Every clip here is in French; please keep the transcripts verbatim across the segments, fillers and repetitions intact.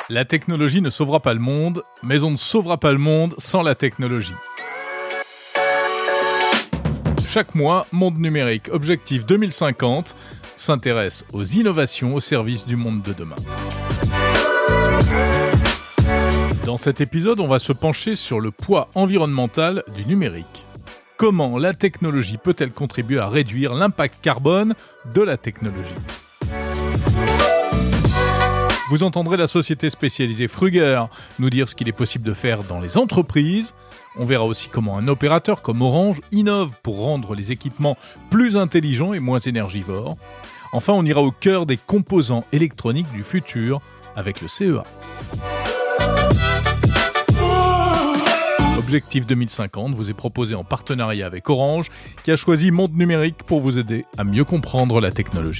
La technologie ne sauvera pas le monde, mais on ne sauvera pas le monde sans la technologie. Chaque mois, Monde Numérique Objectif deux mille cinquante s'intéresse aux innovations au service du monde de demain. Dans cet épisode, on va se pencher sur le poids environnemental du numérique. Comment la technologie peut-elle contribuer à réduire l'impact carbone de la technologie ? Vous entendrez la société spécialisée Frugger nous dire ce qu'il est possible de faire dans les entreprises. On verra aussi comment un opérateur comme Orange innove pour rendre les équipements plus intelligents et moins énergivores. Enfin, on ira au cœur des composants électroniques du futur avec le C E A. Objectif deux mille cinquante vous est proposé en partenariat avec Orange, qui a choisi Monde Numérique pour vous aider à mieux comprendre la technologie.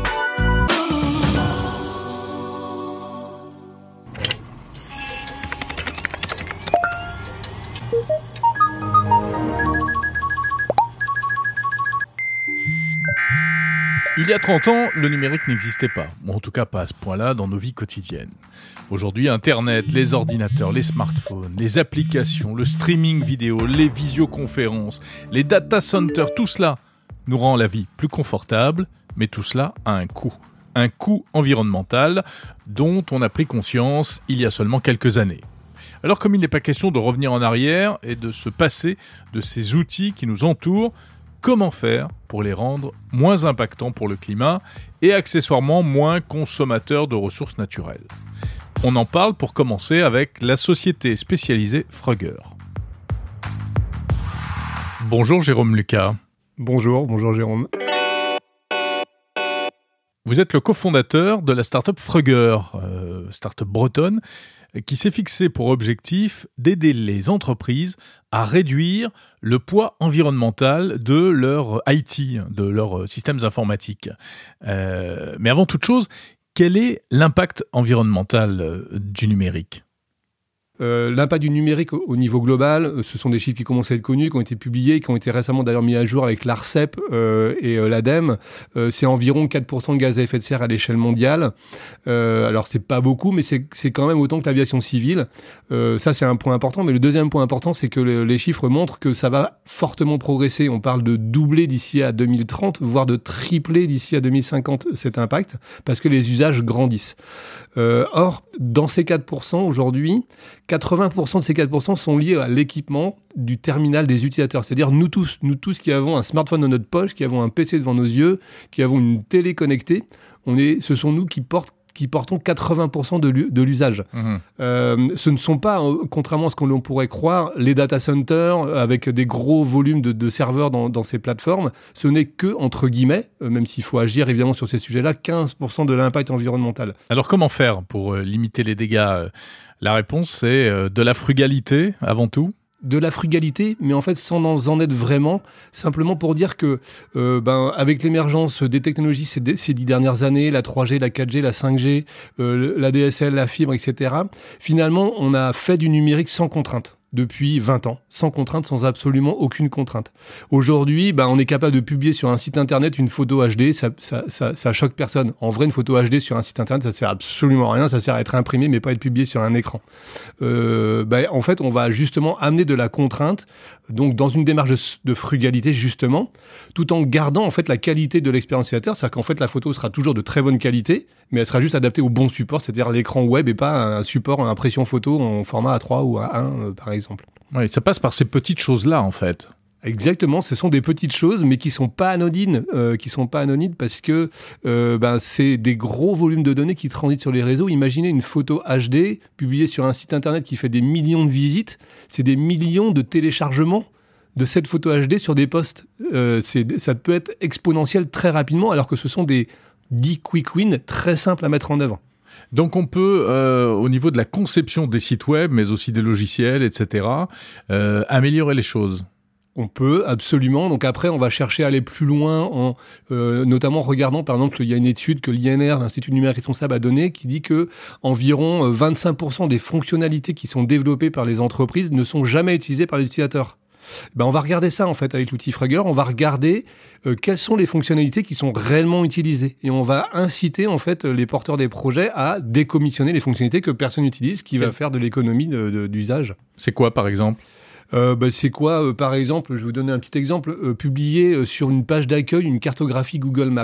Il y a trente ans, le numérique n'existait pas, ou en tout cas pas à ce point-là dans nos vies quotidiennes. Aujourd'hui, Internet, les ordinateurs, les smartphones, les applications, le streaming vidéo, les visioconférences, les data centers, tout cela nous rend la vie plus confortable, mais tout cela a un coût. Un coût environnemental dont on a pris conscience il y a seulement quelques années. Alors comme il n'est pas question de revenir en arrière et de se passer de ces outils qui nous entourent, comment faire pour les rendre moins impactants pour le climat et accessoirement moins consommateurs de ressources naturelles ? On en parle pour commencer avec la société spécialisée Frugger. Bonjour Jérôme Lucas. Bonjour, bonjour Jérôme. Vous êtes le cofondateur de la start-up Frugger, euh, start-up bretonne, qui s'est fixé pour objectif d'aider les entreprises à réduire le poids environnemental de leur I T, de leurs systèmes informatiques. Euh, mais avant toute chose, quel est l'impact environnemental du numérique ? Euh, l'impact du numérique au, au niveau global, ce sont des chiffres qui commencent à être connus, qui ont été publiés, qui ont été récemment d'ailleurs mis à jour avec l'ARCEP euh, et euh, l'ADEME. Euh, c'est environ quatre pour cent de gaz à effet de serre à l'échelle mondiale. Euh, alors c'est pas beaucoup, mais c'est, c'est quand même autant que l'aviation civile. Euh, ça c'est un point important. Mais le deuxième point important, c'est que le, les chiffres montrent que ça va fortement progresser. On parle de doubler d'ici à deux mille trente, voire de tripler d'ici à deux mille cinquante cet impact, parce que les usages grandissent. Euh, or, dans ces quatre pour cent aujourd'hui, quatre-vingts pour cent de ces quatre pour cent sont liés à l'équipement du terminal des utilisateurs. C'est-à-dire nous tous, nous tous qui avons un smartphone dans notre poche, qui avons un P C devant nos yeux, qui avons une télé connectée, on est, ce sont nous qui portent qui portons quatre-vingts pour cent de, de l'usage. Mmh. Euh, ce ne sont pas, contrairement à ce que l'on pourrait croire, les data centers avec des gros volumes de, de serveurs dans, dans ces plateformes. Ce n'est que, entre guillemets, même s'il faut agir évidemment sur ces sujets-là, quinze pour cent de l'impact environnemental. Alors comment faire pour limiter les dégâts ? La réponse, c'est de la frugalité avant tout. De la frugalité, mais en fait sans en être vraiment, simplement pour dire que euh, ben, avec l'émergence des technologies ces, ces dix dernières années, la trois G, la quatre G, la cinq G, euh, la D S L, la fibre, et cetera, finalement on a fait du numérique sans contrainte. Depuis vingt ans, sans contrainte, sans absolument aucune contrainte. Aujourd'hui, ben, on est capable de publier sur un site internet une photo H D, ça, ça, ça, ça choque personne. En vrai, une photo H D sur un site internet, ça sert absolument à rien, ça sert à être imprimé, mais pas à être publié sur un écran. Euh, ben, en fait, on va justement amener de la contrainte, donc dans une démarche de, de frugalité, justement, tout en gardant en fait la qualité de l'expérience utilisateur, c'est-à-dire qu'en fait, la photo sera toujours de très bonne qualité, mais elle sera juste adaptée au bon support, c'est-à-dire l'écran web et pas un support en impression photo en format A trois ou A un, euh, par exemple. Exemple. Oui, ça passe par ces petites choses-là, en fait. Exactement, ce sont des petites choses, mais qui sont pas anodines, euh, qui sont pas anodines parce que euh, ben c'est des gros volumes de données qui transitent sur les réseaux. Imaginez une photo H D publiée sur un site internet qui fait des millions de visites, c'est des millions de téléchargements de cette photo H D sur des posts. Euh, c'est, ça peut être exponentiel très rapidement, alors que ce sont des dix quick wins très simples à mettre en œuvre. Donc on peut, euh, au niveau de la conception des sites web, mais aussi des logiciels, et cetera, euh, améliorer les choses. On peut, absolument. Donc après, on va chercher à aller plus loin, en, euh, notamment regardant, par exemple, il y a une étude que l'I N R, l'Institut numérique responsable, a donnée, qui dit que environ vingt-cinq pour cent des fonctionnalités qui sont développées par les entreprises ne sont jamais utilisées par les utilisateurs. Ben, on va regarder ça en fait avec l'outil Frugger. On va regarder euh, quelles sont les fonctionnalités qui sont réellement utilisées et on va inciter en fait les porteurs des projets à décommissionner les fonctionnalités que personne n'utilise, qui okay. va faire de l'économie de, de, d'usage. C'est quoi par exemple ? Euh, bah, c'est quoi, euh, par exemple, je vais vous donner un petit exemple, euh, publier euh, sur une page d'accueil une cartographie Google Maps.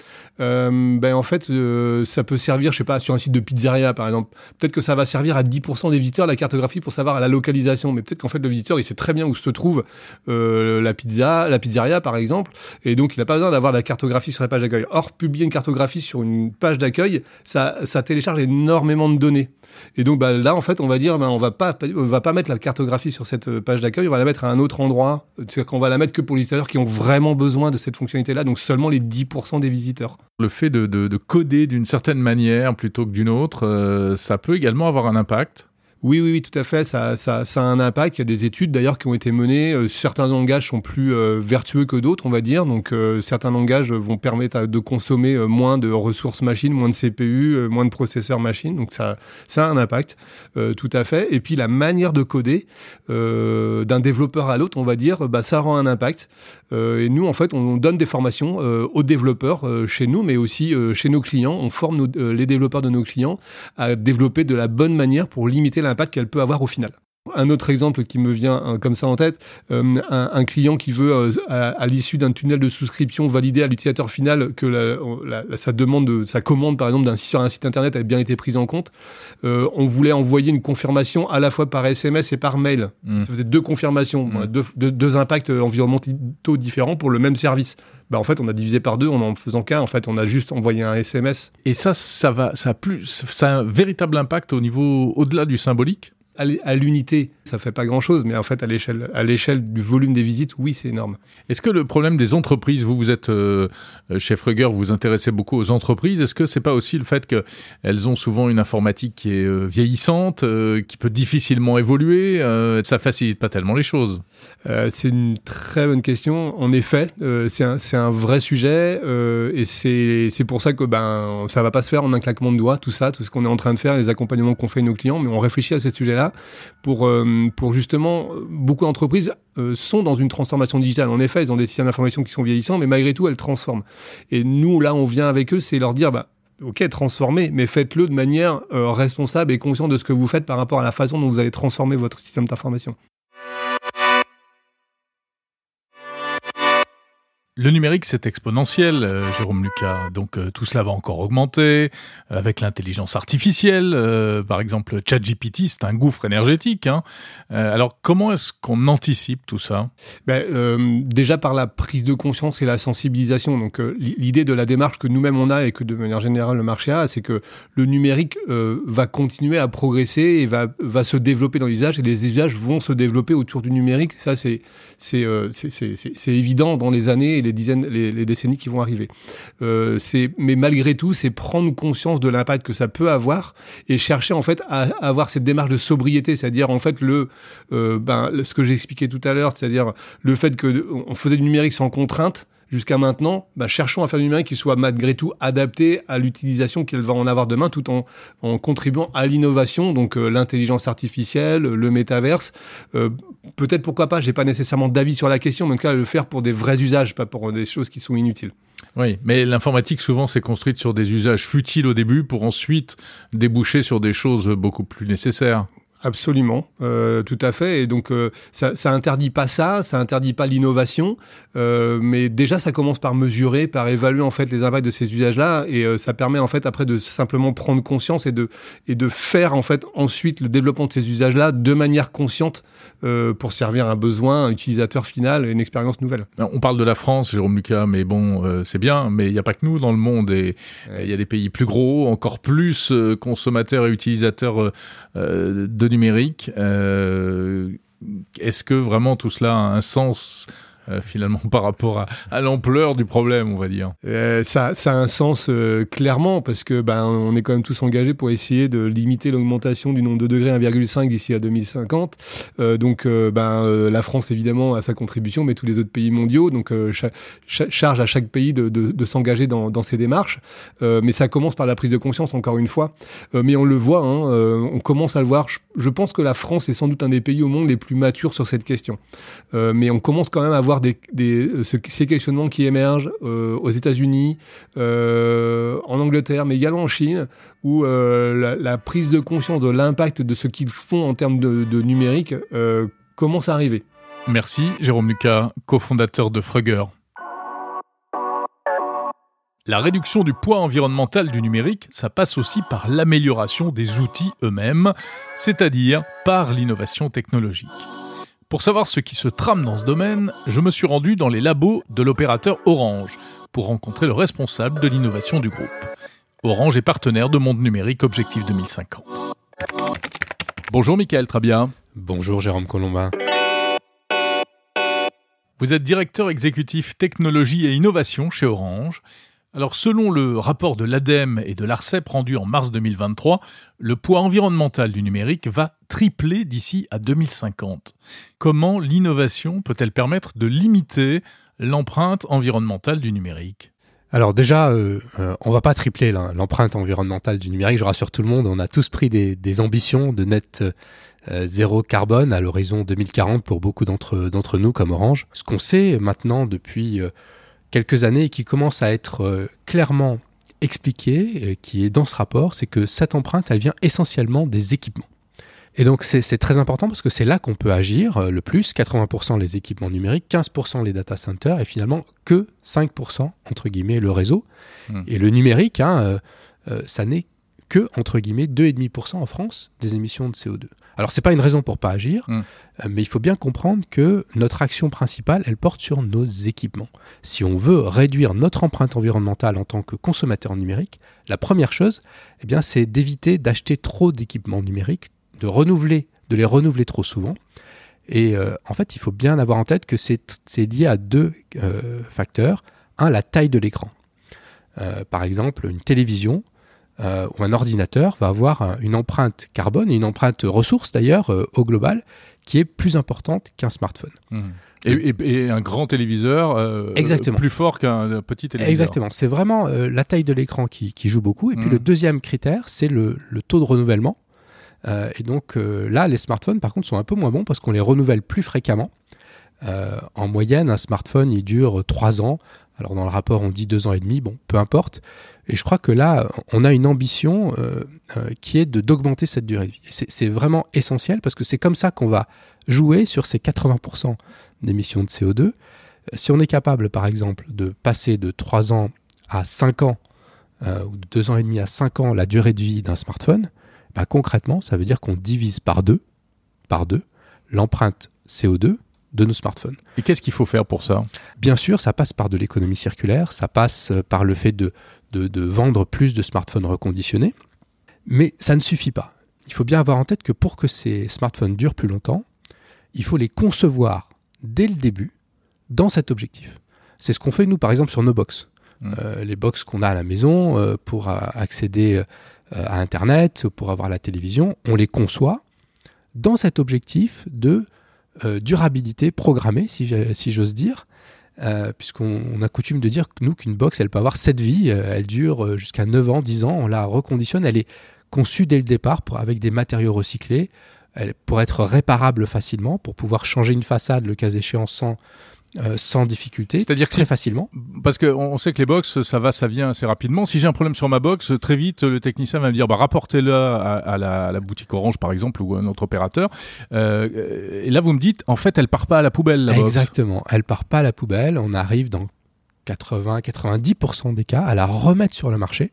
Euh, ben en fait, euh, ça peut servir, je sais pas, sur un site de pizzeria par exemple. Peut-être que ça va servir à dix pour cent des visiteurs la cartographie pour savoir la localisation, mais peut-être qu'en fait le visiteur il sait très bien où se trouve euh, la pizza, la pizzeria par exemple, et donc il n'a pas besoin d'avoir la cartographie sur la page d'accueil. Or, publier une cartographie sur une page d'accueil, ça, ça télécharge énormément de données. Et donc bah, là en fait, on va dire, ben on va pas, on va pas mettre la cartographie sur cette page d'accueil, on va la mettre à un autre endroit. C'est-à-dire qu'on va la mettre que pour les visiteurs qui ont vraiment besoin de cette fonctionnalité-là, donc seulement les dix pour cent des visiteurs. Le fait de, de, de coder d'une certaine manière plutôt que d'une autre, euh, ça peut également avoir un impact. Oui, oui, oui, tout à fait. Ça, ça, ça a un impact. Il y a des études d'ailleurs qui ont été menées. Euh, certains langages sont plus euh, vertueux que d'autres, on va dire. Donc, euh, certains langages vont permettre de consommer euh, moins de ressources machines, moins de C P U, euh, moins de processeurs machines. Donc, ça, ça a un impact, euh, tout à fait. Et puis, la manière de coder euh, d'un développeur à l'autre, on va dire, bah, ça rend un impact. Euh, et nous, en fait, on donne des formations euh, aux développeurs euh, chez nous, mais aussi euh, chez nos clients. On forme nos, euh, les développeurs de nos clients à développer de la bonne manière pour limiter l'impact qu'elle peut avoir au final. Un autre exemple qui me vient euh, comme ça en tête, euh, un, un client qui veut, euh, à, à l'issue d'un tunnel de souscription, valider à l'utilisateur final que la, la, la, sa demande, de, sa commande par exemple d'un, sur un site internet a bien été prise en compte. Euh, on voulait envoyer une confirmation à la fois par S M S et par mail. Mmh. Ça faisait deux confirmations, mmh. deux, deux, deux impacts environnementaux différents pour le même service. Bah en fait, on a divisé par deux en en faisant qu'un. En fait, on a juste envoyé un S M S. Et ça, ça va, ça a plus, ça a un véritable impact au niveau, au-delà du symbolique. À l'unité, ça fait pas grand-chose, mais en fait, à l'échelle, à l'échelle du volume des visites, oui, c'est énorme. Est-ce que le problème des entreprises, vous, vous êtes euh, chez Frugger, vous vous intéressez beaucoup aux entreprises, est-ce que c'est pas aussi le fait qu'elles ont souvent une informatique qui est euh, vieillissante, euh, qui peut difficilement évoluer, euh, ça facilite pas tellement les choses? euh, C'est une très bonne question. En effet, euh, c'est un, c'est un vrai sujet, euh, et c'est, c'est pour ça que ben ça va pas se faire en un claquement de doigts, tout ça, tout ce qu'on est en train de faire, les accompagnements qu'on fait à nos clients, mais on réfléchit à ce sujet-là. Pour, euh, pour justement, beaucoup d'entreprises euh, sont dans une transformation digitale. En effet, ils ont des systèmes d'information qui sont vieillissants, mais malgré tout, elles transforment. Et nous, là, on vient avec eux, c'est leur dire, bah, ok, transformez, mais faites-le de manière euh, responsable et consciente de ce que vous faites par rapport à la façon dont vous allez transformer votre système d'information. Le numérique, c'est exponentiel, euh, Jérôme Lucas. Donc euh, tout cela va encore augmenter euh, avec l'intelligence artificielle. Euh, par exemple, ChatGPT, c'est un gouffre énergétique. Hein. Euh, alors, comment est-ce qu'on anticipe tout ça ? ben, euh, Déjà par la prise de conscience et la sensibilisation. Donc, euh, l'idée de la démarche que nous-mêmes on a et que de manière générale le marché a, c'est que le numérique euh, va continuer à progresser et va va se développer dans l'usage et les usages vont se développer autour du numérique. Ça, c'est c'est euh, c'est, c'est, c'est, c'est évident dans les années et les dizaines, les, les décennies qui vont arriver. Euh, c'est, mais malgré tout, c'est prendre conscience de l'impact que ça peut avoir et chercher en fait à, à avoir cette démarche de sobriété, c'est-à-dire en fait le, euh, ben ce que j'ai expliqué tout à l'heure, c'est-à-dire le fait que on faisait du numérique sans contrainte. Jusqu'à maintenant, bah, cherchons à faire du numérique qui soit malgré tout adapté à l'utilisation qu'elle va en avoir demain, tout en, en contribuant à l'innovation, donc euh, l'intelligence artificielle, le métaverse. Euh, peut-être pourquoi pas, j'ai pas nécessairement d'avis sur la question, mais en tout cas le faire pour des vrais usages, pas pour des choses qui sont inutiles. Oui, mais l'informatique souvent s'est construite sur des usages futiles au début pour ensuite déboucher sur des choses beaucoup plus nécessaires. Absolument, euh, tout à fait. Et donc, euh, ça, ça interdit pas ça, ça interdit pas l'innovation, euh, mais déjà, ça commence par mesurer, par évaluer en fait les impacts de ces usages-là, et euh, ça permet en fait après de simplement prendre conscience et de et de faire en fait ensuite le développement de ces usages-là de manière consciente euh, pour servir un besoin, un utilisateur final, une expérience nouvelle. On parle de la France, Jérôme Lucas, mais bon, euh, c'est bien, mais il n'y a pas que nous dans le monde, et il ouais. y a des pays plus gros, encore plus euh, consommateurs et utilisateurs euh, de numérique. Euh, est-ce que vraiment tout cela a un sens euh, finalement, par rapport à, à l'ampleur du problème, on va dire. Euh, ça, ça a un sens euh, clairement, parce que ben, on est quand même tous engagés pour essayer de limiter l'augmentation du nombre de degrés à un virgule cinq d'ici à deux mille cinquante. Euh, donc, euh, ben, euh, la France, évidemment, a sa contribution, mais tous les autres pays mondiaux. Donc, euh, cha- cha- charge à chaque pays de, de, de s'engager dans, dans ces démarches. Euh, mais ça commence par la prise de conscience, encore une fois. Euh, mais on le voit, hein, euh, on commence à le voir. Je, je pense que la France est sans doute un des pays au monde les plus matures sur cette question. Euh, mais on commence quand même à voir des, des, ce, ces questionnements qui émergent euh, aux États-Unis, euh, en Angleterre, mais également en Chine, où euh, la, la prise de conscience de l'impact de ce qu'ils font en termes de, de numérique euh, commence à arriver. Merci Jérôme Lucas, cofondateur de Frugger. La réduction du poids environnemental du numérique, ça passe aussi par l'amélioration des outils eux-mêmes, c'est-à-dire par l'innovation technologique. Pour savoir ce qui se trame dans ce domaine, je me suis rendu dans les labos de l'opérateur Orange pour rencontrer le responsable de l'innovation du groupe. Orange est partenaire de Monde Numérique Objectif deux mille cinquante. Bonjour Michael Trabia. Bonjour Jérôme Colombin. Vous êtes directeur exécutif technologie et innovation chez Orange. Alors, selon le rapport de l'ADEME et de l'ARCEP rendu en mars deux mille vingt-trois, le poids environnemental du numérique va tripler d'ici à deux mille cinquante. Comment l'innovation peut-elle permettre de limiter l'empreinte environnementale du numérique ? Alors déjà, euh, euh, on ne va pas tripler là, l'empreinte environnementale du numérique, je rassure tout le monde, on a tous pris des, des ambitions de net euh, zéro carbone à l'horizon deux mille quarante pour beaucoup d'entre, d'entre nous comme Orange. Ce qu'on sait maintenant depuis... Euh, quelques années et qui commence à être euh, clairement expliqué, euh, qui est dans ce rapport, c'est que cette empreinte, elle vient essentiellement des équipements. Et donc c'est, c'est très important parce que c'est là qu'on peut agir euh, le plus, quatre-vingts pour cent les équipements numériques, quinze pour cent les data centers et finalement que cinq pour cent entre guillemets le réseau. Mmh. Et le numérique, hein, euh, euh, ça n'est que entre guillemets deux virgule cinq pour cent en France des émissions de C O deux. Alors c'est pas une raison pour pas agir, mmh. euh, mais il faut bien comprendre que notre action principale, elle porte sur nos équipements. Si on veut réduire notre empreinte environnementale en tant que consommateur numérique, la première chose, eh bien, c'est d'éviter d'acheter trop d'équipements numériques, de renouveler, de les renouveler trop souvent. Et euh, en fait, il faut bien avoir en tête que c'est, c'est lié à deux euh, facteurs. Un, la taille de l'écran. Euh, par exemple, une télévision Euh, ou un ordinateur va avoir un, une empreinte carbone, et une empreinte ressource d'ailleurs euh, au global, qui est plus importante qu'un smartphone. Mmh. Et, et, et un grand téléviseur euh, Exactement. plus fort qu'un petit téléviseur. Exactement, c'est vraiment euh, la taille de l'écran qui, qui joue beaucoup. Et puis mmh. le deuxième critère, c'est le, le taux de renouvellement. Euh, et donc euh, là, les smartphones par contre sont un peu moins bons parce qu'on les renouvelle plus fréquemment. Euh, en moyenne, un smartphone, il dure trois ans. Alors dans le rapport, on dit deux ans et demi, bon, peu importe. Et je crois que là, on a une ambition euh, euh, qui est de, d'augmenter cette durée de vie. Et c'est, c'est vraiment essentiel parce que c'est comme ça qu'on va jouer sur ces quatre-vingts pour cent d'émissions de C O deux. Euh, si on est capable, par exemple, de passer de trois ans à cinq ans, euh, ou de deux ans et demi à cinq ans la durée de vie d'un smartphone, bah, concrètement, ça veut dire qu'on divise par deux, par deux l'empreinte C O deux de nos smartphones. Et qu'est-ce qu'il faut faire pour ça ? Bien sûr, ça passe par de l'économie circulaire, ça passe par le fait de, de, de vendre plus de smartphones reconditionnés, mais ça ne suffit pas. Il faut bien avoir en tête que pour que ces smartphones durent plus longtemps, il faut les concevoir dès le début dans cet objectif. C'est ce qu'on fait nous par exemple sur nos box. Mmh. Euh, les box qu'on a à la maison euh, pour euh, accéder euh, à Internet, pour avoir la télévision, on les conçoit dans cet objectif de Euh, durabilité programmée, si, si j'ose dire, euh, puisqu'on on a coutume de dire que nous, qu'une box, elle peut avoir sept vies, euh, elle dure jusqu'à neuf ans, dix ans, on la reconditionne, elle est conçue dès le départ pour, avec des matériaux recyclés, elle, pour être réparable facilement, pour pouvoir changer une façade, le cas échéant, sans, euh, sans difficulté, c'est-à-dire très que, facilement. Parce qu'on sait que les box, ça va, ça vient assez rapidement. Si j'ai un problème sur ma box, très vite, le technicien va me dire bah, rapportez-le à, à, la, à la boutique Orange, par exemple, ou à un autre opérateur. Euh, et là, vous me dites, en fait, elle part pas à la poubelle, la box. Exactement, elle part pas à la poubelle. On arrive dans quatre-vingts à quatre-vingt-dix pour cent des cas à la remettre sur le marché,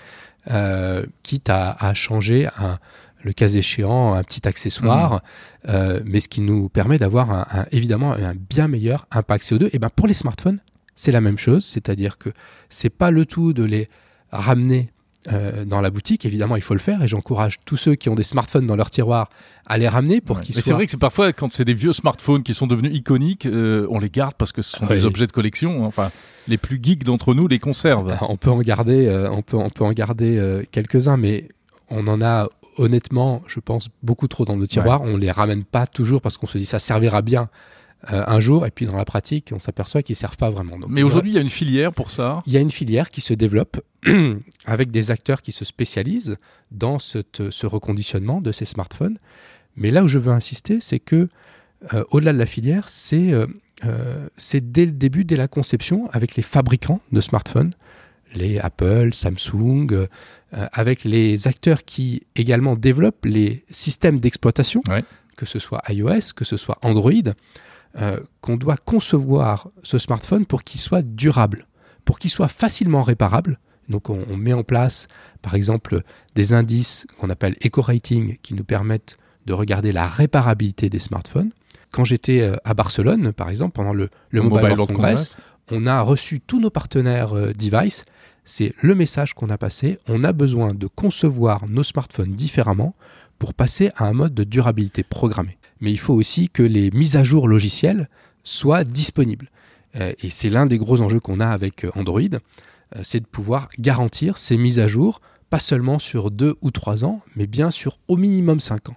euh, quitte à, à changer un... le cas échéant, un petit accessoire, mmh. euh, mais ce qui nous permet d'avoir un, un, évidemment un bien meilleur impact C O deux. Et ben pour les smartphones, c'est la même chose, c'est-à-dire que c'est pas le tout de les ramener euh, dans la boutique, évidemment, il faut le faire et j'encourage tous ceux qui ont des smartphones dans leur tiroir à les ramener pour ouais. qu'ils Mais soient... c'est vrai que c'est parfois, quand c'est des vieux smartphones qui sont devenus iconiques, euh, on les garde parce que ce sont ouais. des objets de collection. Enfin, les plus geeks d'entre nous les conservent. On peut en garder, euh, on peut, on peut en garder euh, quelques-uns, mais on en a honnêtement, je pense, beaucoup trop dans nos tiroirs. Ouais. On les ramène pas toujours parce qu'on se dit ça servira bien Euh, un jour, et puis dans la pratique, on s'aperçoit qu'ils ne servent pas vraiment. Donc, mais aujourd'hui, il y a une filière pour ça. Il y a une filière qui se développe avec des acteurs qui se spécialisent dans cette, ce reconditionnement de ces smartphones. Mais là où je veux insister, c'est que euh, au-delà de la filière, c'est, euh, euh, c'est dès le début, dès la conception, avec les fabricants de smartphones, les Apple, Samsung, euh, avec les acteurs qui également développent les systèmes d'exploitation, ouais. que ce soit iOS, que ce soit Android. Euh, qu'on doit concevoir ce smartphone pour qu'il soit durable, pour qu'il soit facilement réparable. Donc on, on met en place, par exemple, des indices qu'on appelle Eco-Rating qui nous permettent de regarder la réparabilité des smartphones. Quand j'étais euh, à Barcelone, par exemple, pendant le, le Mobile, Mobile World Congress, Congress, on a reçu tous nos partenaires euh, device. C'est le message qu'on a passé. On a besoin de concevoir nos smartphones différemment pour passer à un mode de durabilité programmée. Mais il faut aussi que les mises à jour logicielles soient disponibles. Euh, et c'est l'un des gros enjeux qu'on a avec Android, euh, c'est de pouvoir garantir ces mises à jour, pas seulement sur deux ou trois ans, mais bien sur au minimum cinq ans.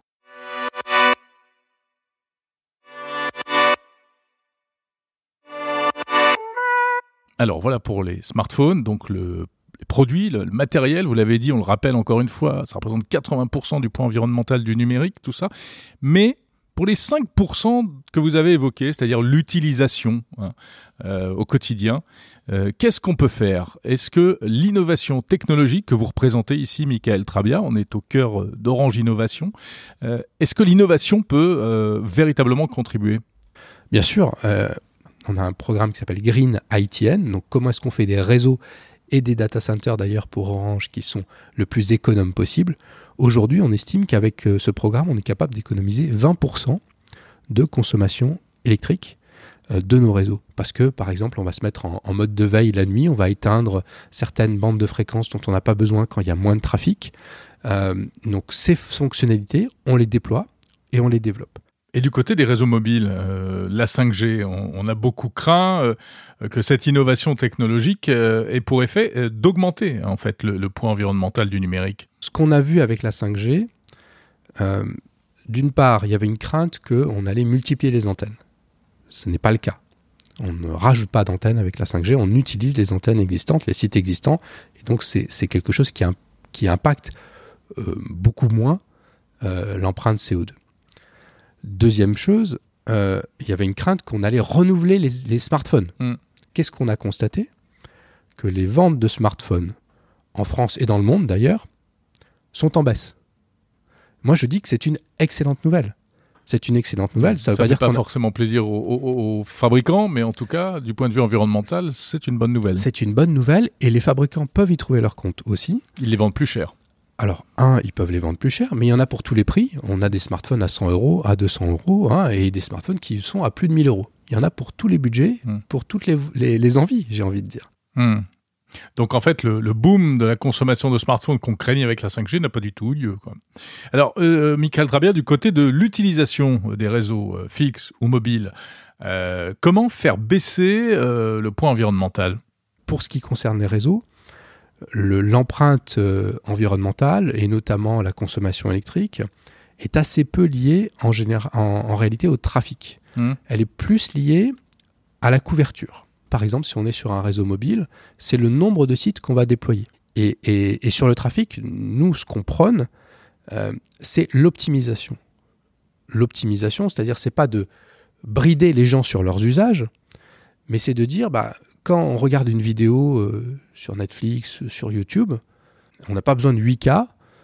Alors voilà pour les smartphones, donc le produits, le, le matériel, vous l'avez dit, on le rappelle encore une fois, ça représente quatre-vingts pour cent du poids environnemental du numérique, tout ça. Mais pour les cinq pour cent que vous avez évoqués, c'est-à-dire l'utilisation hein, euh, au quotidien, euh, qu'est-ce qu'on peut faire ? Est-ce que l'innovation technologique que vous représentez ici, Michael Trabia, on est au cœur d'Orange Innovation, euh, est-ce que l'innovation peut euh, véritablement contribuer ? Bien sûr, euh, on a un programme qui s'appelle Green I T N, donc comment est-ce qu'on fait des réseaux et des data centers d'ailleurs pour Orange qui sont le plus économes possible. Aujourd'hui, on estime qu'avec ce programme, on est capable d'économiser vingt pour cent de consommation électrique de nos réseaux. Parce que, par exemple, on va se mettre en, en mode de veille la nuit, on va éteindre certaines bandes de fréquences dont on n'a pas besoin quand il y a moins de trafic. Euh, donc ces fonctionnalités, on les déploie et on les développe. Et du côté des réseaux mobiles, euh, la cinq G, on, on a beaucoup craint euh, que cette innovation technologique euh, ait pour effet euh, d'augmenter en fait le, le poids environnemental du numérique. Ce qu'on a vu avec la cinq G, euh, d'une part, il y avait une crainte qu'on allait multiplier les antennes. Ce n'est pas le cas. On ne rajoute pas d'antennes avec la cinq G, on utilise les antennes existantes, les sites existants, et donc c'est, c'est quelque chose qui, qui impacte euh, beaucoup moins euh, l'empreinte C O deux. Deuxième chose, euh, il y avait une crainte qu'on allait renouveler les, les smartphones. Mm. Qu'est-ce qu'on a constaté ? Que les ventes de smartphones, en France et dans le monde d'ailleurs, sont en baisse. Moi, je dis que c'est une excellente nouvelle. C'est une excellente nouvelle. Ça ne veut ça pas fait dire pas qu'on forcément a... plaisir aux, aux, aux fabricants, mais en tout cas, du point de vue environnemental, c'est une bonne nouvelle. C'est une bonne nouvelle et les fabricants peuvent y trouver leur compte aussi. Ils les vendent plus cher. Alors, un, ils peuvent les vendre plus cher, mais il y en a pour tous les prix. On a des smartphones à cent euros, à deux cents euros, hein, et des smartphones qui sont à plus de mille euros. Il y en a pour tous les budgets, mmh. pour toutes les, les, les envies, j'ai envie de dire. Mmh. Donc, en fait, le, le boom de la consommation de smartphones qu'on craignait avec la cinq G n'a pas du tout eu lieu, quoi. Alors, euh, Michael Trabia, du côté de l'utilisation des réseaux euh, fixes ou mobiles, euh, comment faire baisser euh, le poids environnemental ? Pour ce qui concerne les réseaux, Le, l'empreinte euh, environnementale, et notamment la consommation électrique, est assez peu liée en, général, en, en réalité au trafic. Mmh. Elle est plus liée à la couverture. Par exemple, si on est sur un réseau mobile, c'est le nombre de sites qu'on va déployer. Et, et, et sur le trafic, nous, ce qu'on prône, euh, c'est l'optimisation. L'optimisation, c'est-à-dire, c'est pas de brider les gens sur leurs usages, mais c'est de dire... bah, quand on regarde une vidéo euh, sur Netflix, sur YouTube, on n'a pas besoin de huit K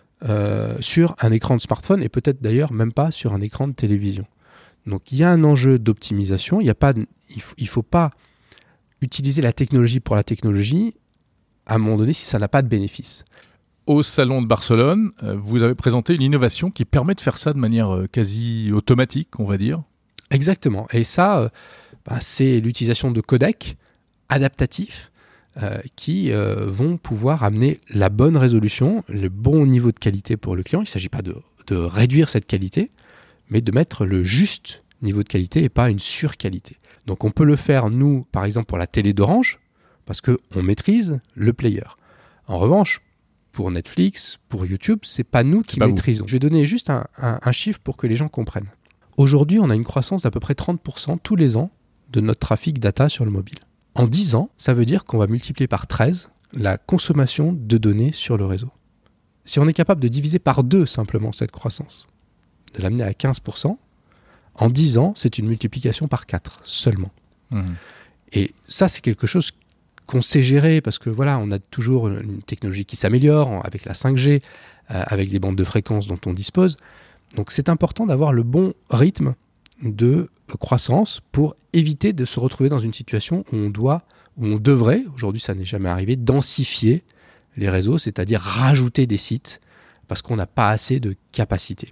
euh, sur un écran de smartphone et peut-être d'ailleurs même pas sur un écran de télévision. Donc il y a un enjeu d'optimisation. Il y a pas, il faut, il faut pas utiliser la technologie pour la technologie à un moment donné si ça n'a pas de bénéfice. Au Salon de Barcelone, euh, vous avez présenté une innovation qui permet de faire ça de manière euh, quasi automatique, on va dire. Exactement. Et ça, euh, bah, c'est l'utilisation de codecs adaptatifs euh, qui euh, vont pouvoir amener la bonne résolution, le bon niveau de qualité pour le client. Il ne s'agit pas de, de réduire cette qualité, mais de mettre le juste niveau de qualité et pas une surqualité. Donc on peut le faire, nous, par exemple, pour la télé d'Orange, parce qu'on maîtrise le player. En revanche, pour Netflix, pour YouTube, c'est pas nous qui maîtrisons. Vous. Je vais donner juste un, un, un chiffre pour que les gens comprennent. Aujourd'hui, on a une croissance d'à peu près trente pour cent tous les ans de notre trafic data sur le mobile. En dix ans, ça veut dire qu'on va multiplier par treize la consommation de données sur le réseau. Si on est capable de diviser par deux simplement cette croissance, de l'amener à quinze pour cent, en dix ans, c'est une multiplication par quatre seulement. Mmh. Et ça, c'est quelque chose qu'on sait gérer parce que voilà, on a toujours une technologie qui s'améliore avec la cinq G, euh, avec les bandes de fréquences dont on dispose. Donc c'est important d'avoir le bon rythme de croissance pour éviter de se retrouver dans une situation où on doit, où on devrait, aujourd'hui ça n'est jamais arrivé, densifier les réseaux, c'est-à-dire rajouter des sites parce qu'on n'a pas assez de capacité.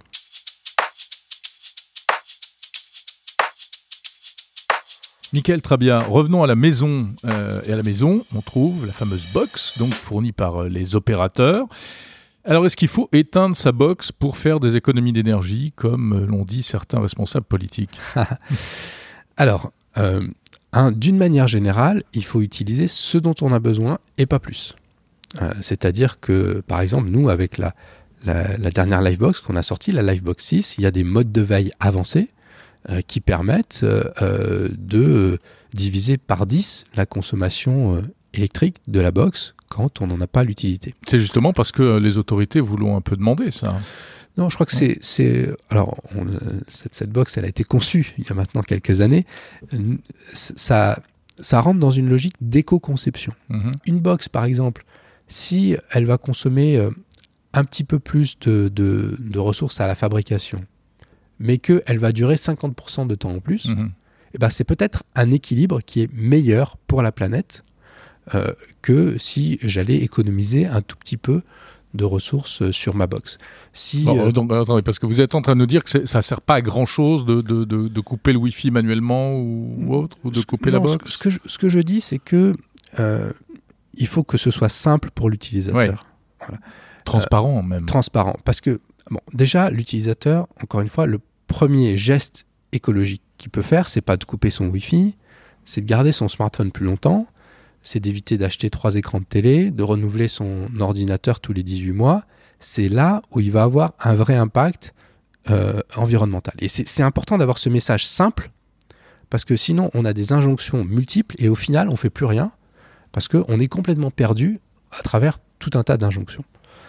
Mickaël Trabia, revenons à la maison. Euh, et à la maison, on trouve la fameuse box, donc fournie par euh, les opérateurs. Alors, est-ce qu'il faut éteindre sa box pour faire des économies d'énergie, comme euh, l'ont dit certains responsables politiques? Alors, euh, hein, d'une manière générale, il faut utiliser ce dont on a besoin et pas plus. Euh, c'est-à-dire que, par exemple, nous, avec la, la, la dernière Livebox qu'on a sortie, la Livebox six, il y a des modes de veille avancés euh, qui permettent euh, de euh, diviser par dix la consommation euh, électrique de la box quand on n'en a pas l'utilité. C'est justement parce que les autorités vous l'ont un peu demandé, ça. Non, je crois que c'est... c'est alors, on, cette, cette box, elle a été conçue il y a maintenant quelques années. Ça, ça rentre dans une logique d'éco-conception. Mmh. Une box, par exemple, si elle va consommer euh, un petit peu plus de, de, de ressources à la fabrication, mais qu'elle va durer cinquante pour cent de temps en plus, mmh. eh ben, c'est peut-être un équilibre qui est meilleur pour la planète euh, que si j'allais économiser un tout petit peu de ressources sur ma box. Si, bon, euh... donc, attendez, parce que vous êtes en train de nous dire que ça ne sert pas à grand-chose de, de, de, de couper le Wi-Fi manuellement ou, ou autre, ou de couper non, la box. Ce que, je, ce que je dis, c'est que euh, il faut que ce soit simple pour l'utilisateur. Ouais. Voilà. Transparent euh, même. Transparent. Parce que, bon, déjà, l'utilisateur, encore une fois, le premier geste écologique qu'il peut faire, c'est pas de couper son Wi-Fi, c'est de garder son smartphone plus longtemps, c'est d'éviter d'acheter trois écrans de télé, de renouveler son ordinateur tous les dix-huit mois. C'est là où il va avoir un vrai impact euh, environnemental. Et c'est, c'est important d'avoir ce message simple, parce que sinon, on a des injonctions multiples et au final, on ne fait plus rien, parce qu'on est complètement perdu à travers tout un tas d'injonctions.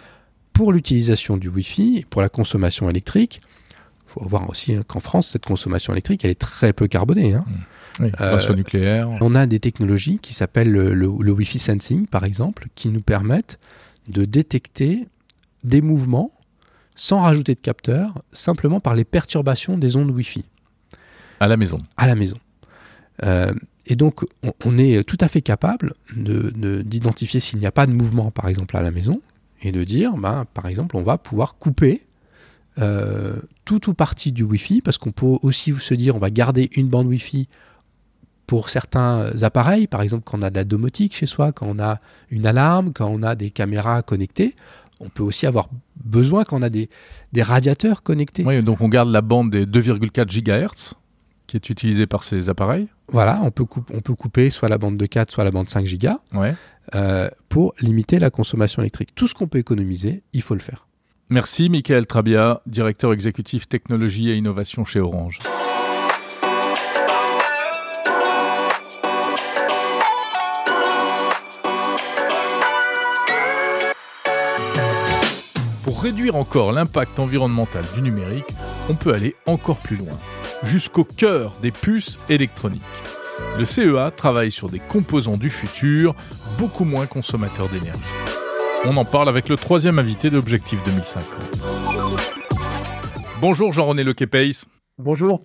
Pour l'utilisation du Wi-Fi, pour la consommation électrique, il faut voir aussi qu'en France, cette consommation électrique, elle est très peu carbonée. Hein. Mmh. Oui, grâce euh, au nucléaire. On a des technologies qui s'appellent le, le, le Wi-Fi Sensing, par exemple, qui nous permettent de détecter des mouvements sans rajouter de capteurs, simplement par les perturbations des ondes Wi-Fi. À la maison. À la maison. Euh, et donc, on, on est tout à fait capable de, de, d'identifier s'il n'y a pas de mouvement, par exemple, à la maison, et de dire, ben, par exemple, on va pouvoir couper euh, tout ou partie du Wi-Fi, parce qu'on peut aussi se dire, on va garder une bande Wi-Fi pour certains appareils, par exemple quand on a de la domotique chez soi, quand on a une alarme, quand on a des caméras connectées, on peut aussi avoir besoin quand on a des, des radiateurs connectés. Oui, donc on garde la bande des deux virgule quatre gigahertz qui est utilisée par ces appareils. Voilà, on peut, coup- on peut couper soit la bande de quatre, soit la bande cinq gigas ouais. euh, pour limiter la consommation électrique. Tout ce qu'on peut économiser, il faut le faire. Merci Mickaël Trabia, directeur exécutif technologie et innovation chez Orange. Pour réduire encore l'impact environnemental du numérique, on peut aller encore plus loin, jusqu'au cœur des puces électroniques. Le C E A travaille sur des composants du futur, beaucoup moins consommateurs d'énergie. On en parle avec le troisième invité d'Objectif deux mille cinquante. Bonjour Jean-René Lequepace. Bonjour.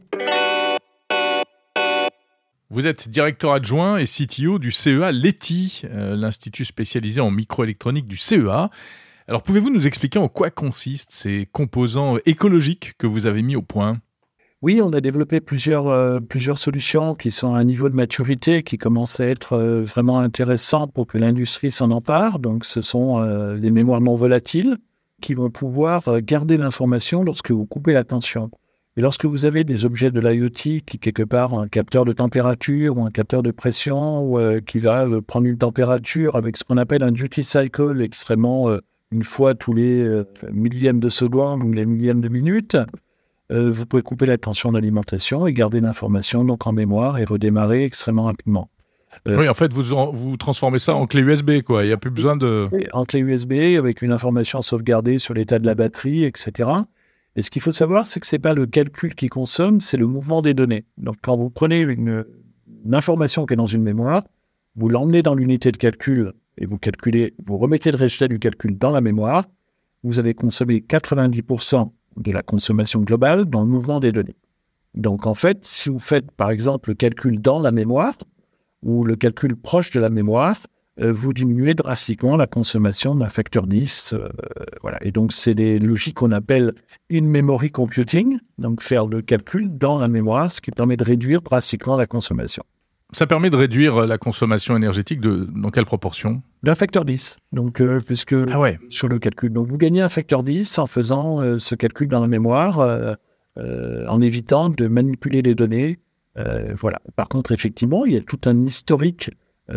Vous êtes directeur adjoint et C T O du C E A Leti, euh, l'institut spécialisé en microélectronique du C E A. Alors, pouvez-vous nous expliquer en quoi consistent ces composants écologiques que vous avez mis au point ? Oui, on a développé plusieurs, euh, plusieurs solutions qui sont à un niveau de maturité qui commence à être euh, vraiment intéressant pour que l'industrie s'en empare. Donc, ce sont euh, les mémoires non volatiles qui vont pouvoir euh, garder l'information lorsque vous coupez la tension. Et lorsque vous avez des objets de l'IoT qui, quelque part, ont un capteur de température ou un capteur de pression ou, euh, qui va euh, prendre une température avec ce qu'on appelle un duty cycle extrêmement euh, une fois tous les euh, millièmes de seconde ou les millièmes de minute, Euh, vous pouvez couper la tension d'alimentation et garder l'information donc en mémoire et redémarrer extrêmement rapidement. Euh, oui, en fait, vous, en, vous transformez ça en clé U S B, quoi. Il n'y a plus besoin de... En clé U S B, avec une information sauvegardée sur l'état de la batterie, et cetera. Et ce qu'il faut savoir, c'est que ce n'est pas le calcul qui consomme, c'est le mouvement des données. Donc, quand vous prenez une, une information qui est dans une mémoire, vous l'emmenez dans l'unité de calcul et vous calculez, vous remettez le résultat du calcul dans la mémoire, vous avez consommé quatre-vingt-dix pour cent de la consommation globale dans le mouvement des données. Donc, en fait, si vous faites, par exemple, le calcul dans la mémoire ou le calcul proche de la mémoire, euh, vous diminuez drastiquement la consommation d'un facteur dix. Euh, voilà. Et donc, c'est des logiques qu'on appelle in-memory computing, donc faire le calcul dans la mémoire, ce qui permet de réduire drastiquement la consommation. Ça permet de réduire la consommation énergétique de, dans quelle proportion ? D'un facteur dix, donc, euh, puisque ah ouais. sur le calcul. Donc, vous gagnez un facteur dix en faisant euh, ce calcul dans la mémoire, euh, euh, en évitant de manipuler les données. Euh, voilà. Par contre, effectivement, il y a tout un historique.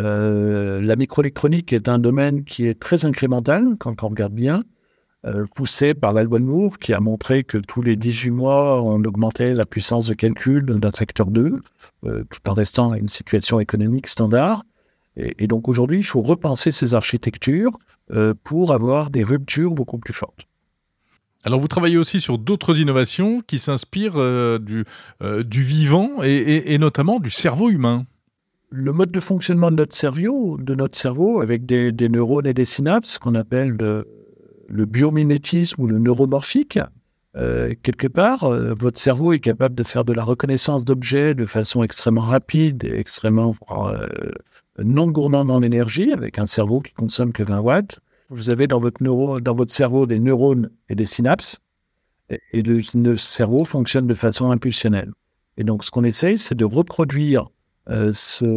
Euh, la microélectronique est un domaine qui est très incrémental, quand on regarde bien, euh, poussé par la loi de Moore, qui a montré que tous les dix-huit mois, on augmentait la puissance de calcul d'un facteur deux, euh, tout en restant à une situation économique standard. Et, et donc aujourd'hui, il faut repenser ces architectures euh, pour avoir des ruptures beaucoup plus fortes. Alors vous travaillez aussi sur d'autres innovations qui s'inspirent euh, du, euh, du vivant et, et, et notamment du cerveau humain. Le mode de fonctionnement de notre cerveau, de notre cerveau avec des, des neurones et des synapses, qu'on appelle le, le biomimétisme ou le neuromorphique, euh, quelque part, euh, votre cerveau est capable de faire de la reconnaissance d'objets de façon extrêmement rapide et extrêmement euh, non gourmande en énergie, avec un cerveau qui consomme que vingt watts. Vous avez dans votre, neuro, dans votre cerveau des neurones et des synapses, et, et le, le cerveau fonctionne de façon impulsionnelle. Et donc, ce qu'on essaye, c'est de reproduire euh,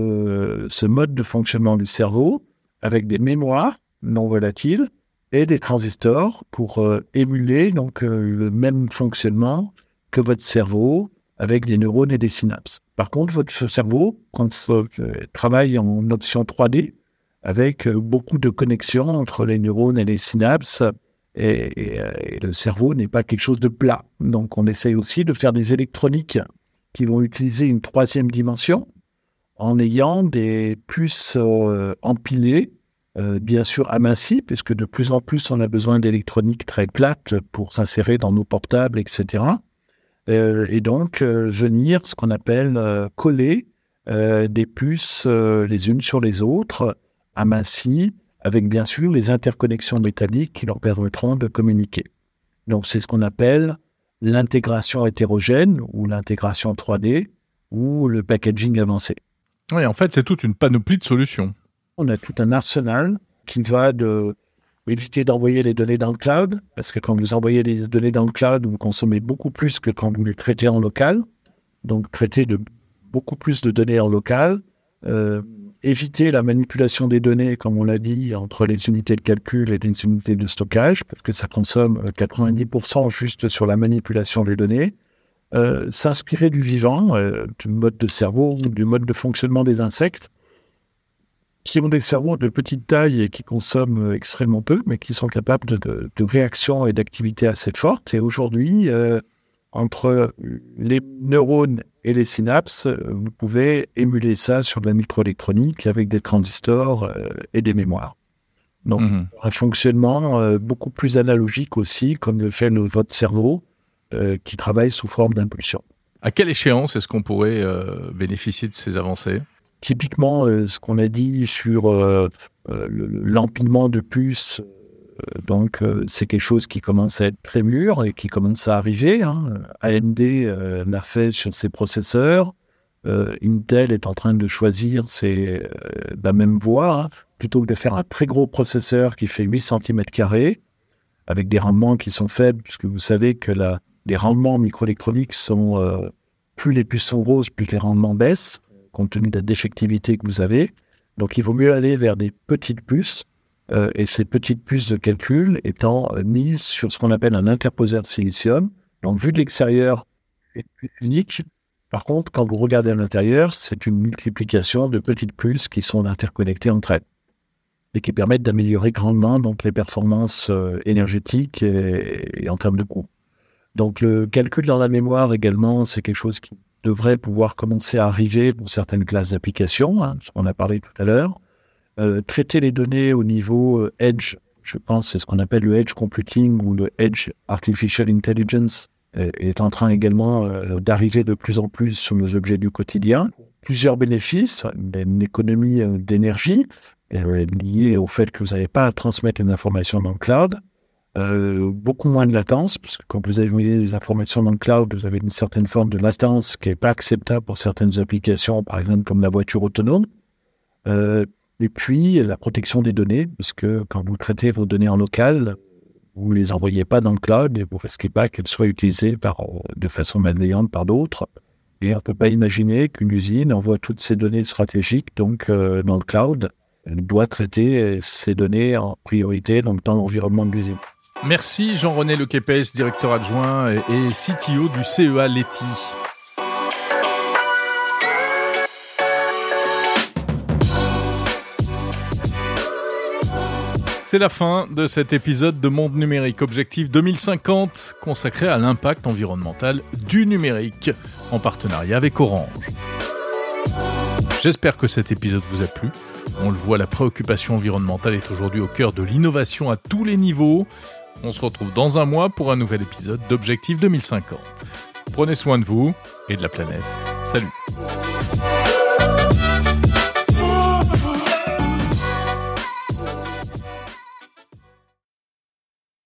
ce, ce mode de fonctionnement du cerveau avec des mémoires non volatiles et des transistors pour euh, émuler donc, euh, le même fonctionnement que votre cerveau avec des neurones et des synapses. Par contre, votre cerveau, quand euh, travaille en option trois D, avec euh, beaucoup de connexions entre les neurones et les synapses, et, et, et le cerveau n'est pas quelque chose de plat. Donc, on essaye aussi de faire des électroniques qui vont utiliser une troisième dimension en ayant des puces euh, empilées, euh, bien sûr amincies, puisque de plus en plus, on a besoin d'électronique très plate pour s'insérer dans nos portables, et cetera. Euh, et donc, euh, venir ce qu'on appelle euh, coller euh, des puces euh, les unes sur les autres, amincies, avec bien sûr les interconnexions métalliques qui leur permettront de communiquer. Donc, c'est ce qu'on appelle l'intégration hétérogène ou l'intégration trois D ou le packaging avancé. Oui, en fait, c'est toute une panoplie de solutions. On a tout un arsenal qui va de éviter d'envoyer les données dans le cloud, parce que quand vous envoyez des données dans le cloud, vous consommez beaucoup plus que quand vous les traitez en local. Donc, traiter de beaucoup plus de données en local. Euh, éviter la manipulation des données, comme on l'a dit, entre les unités de calcul et les unités de stockage, parce que ça consomme quatre-vingt-dix pour cent juste sur la manipulation des données. Euh, s'inspirer du vivant, euh, du mode de cerveau, du mode de fonctionnement des insectes, qui ont des cerveaux de petite taille et qui consomment extrêmement peu, mais qui sont capables de, de, de réactions et d'activités assez fortes. Et aujourd'hui, euh, entre les neurones et les synapses, vous pouvez émuler ça sur de la microélectronique avec des transistors euh, et des mémoires. Donc, mmh. un fonctionnement euh, beaucoup plus analogique aussi, comme le fait le, votre cerveau, euh, qui travaille sous forme d'impulsion. À quelle échéance est-ce qu'on pourrait euh, bénéficier de ces avancées ? Typiquement, euh, ce qu'on a dit sur euh, euh, l'empilement de puces, euh, donc euh, c'est quelque chose qui commence à être très mûr et qui commence à arriver. Hein. A M D euh, l'a fait sur ses processeurs. Euh, Intel est en train de choisir ses, euh, la même voie. Hein. Plutôt que de faire un très gros processeur qui fait huit centimètres carrés, avec des rendements qui sont faibles, puisque vous savez que la, les rendements microélectroniques sont... Euh, plus les puces sont grosses, plus les rendements baissent, compte tenu de la défectivité que vous avez. Donc, il vaut mieux aller vers des petites puces, euh, et ces petites puces de calcul étant euh, mises sur ce qu'on appelle un interposeur de silicium. Donc, vu de l'extérieur, c'est une puce unique. Par contre, quand vous regardez à l'intérieur, c'est une multiplication de petites puces qui sont interconnectées entre elles et qui permettent d'améliorer grandement donc, les performances euh, énergétiques et, et en termes de coût. Donc, le calcul dans la mémoire également, c'est quelque chose qui devrait pouvoir commencer à arriver pour certaines classes d'applications, hein, ce qu'on a parlé tout à l'heure. Euh, traiter les données au niveau euh, Edge, je pense c'est ce qu'on appelle le Edge Computing ou le Edge Artificial Intelligence, euh, est en train également euh, d'arriver de plus en plus sur nos objets du quotidien. Plusieurs bénéfices, une économie euh, d'énergie euh, liée au fait que vous n'avez pas à transmettre les informations dans le cloud. Euh, beaucoup moins de latence, parce que quand vous avez des informations dans le cloud, vous avez une certaine forme de latence qui n'est pas acceptable pour certaines applications, par exemple comme la voiture autonome. Euh, et puis, la protection des données, parce que quand vous traitez vos données en local, vous ne les envoyez pas dans le cloud et vous ne risquez pas qu'elles soient utilisées par, de façon malveillante par d'autres. Et on ne peut pas imaginer qu'une usine envoie toutes ces données stratégiques donc, euh, dans le cloud. Elle doit traiter ces données en priorité donc, dans l'environnement de l'usine. Merci Jean-René Lequépès, directeur adjoint et C T O du C E A Leti. C'est la fin de cet épisode de Monde Numérique, Objectif deux mille cinquante, consacré à l'impact environnemental du numérique, en partenariat avec Orange. J'espère que cet épisode vous a plu. On le voit, la préoccupation environnementale est aujourd'hui au cœur de l'innovation à tous les niveaux. On se retrouve dans un mois pour un nouvel épisode d'Objectif deux mille cinquante. Prenez soin de vous et de la planète. Salut.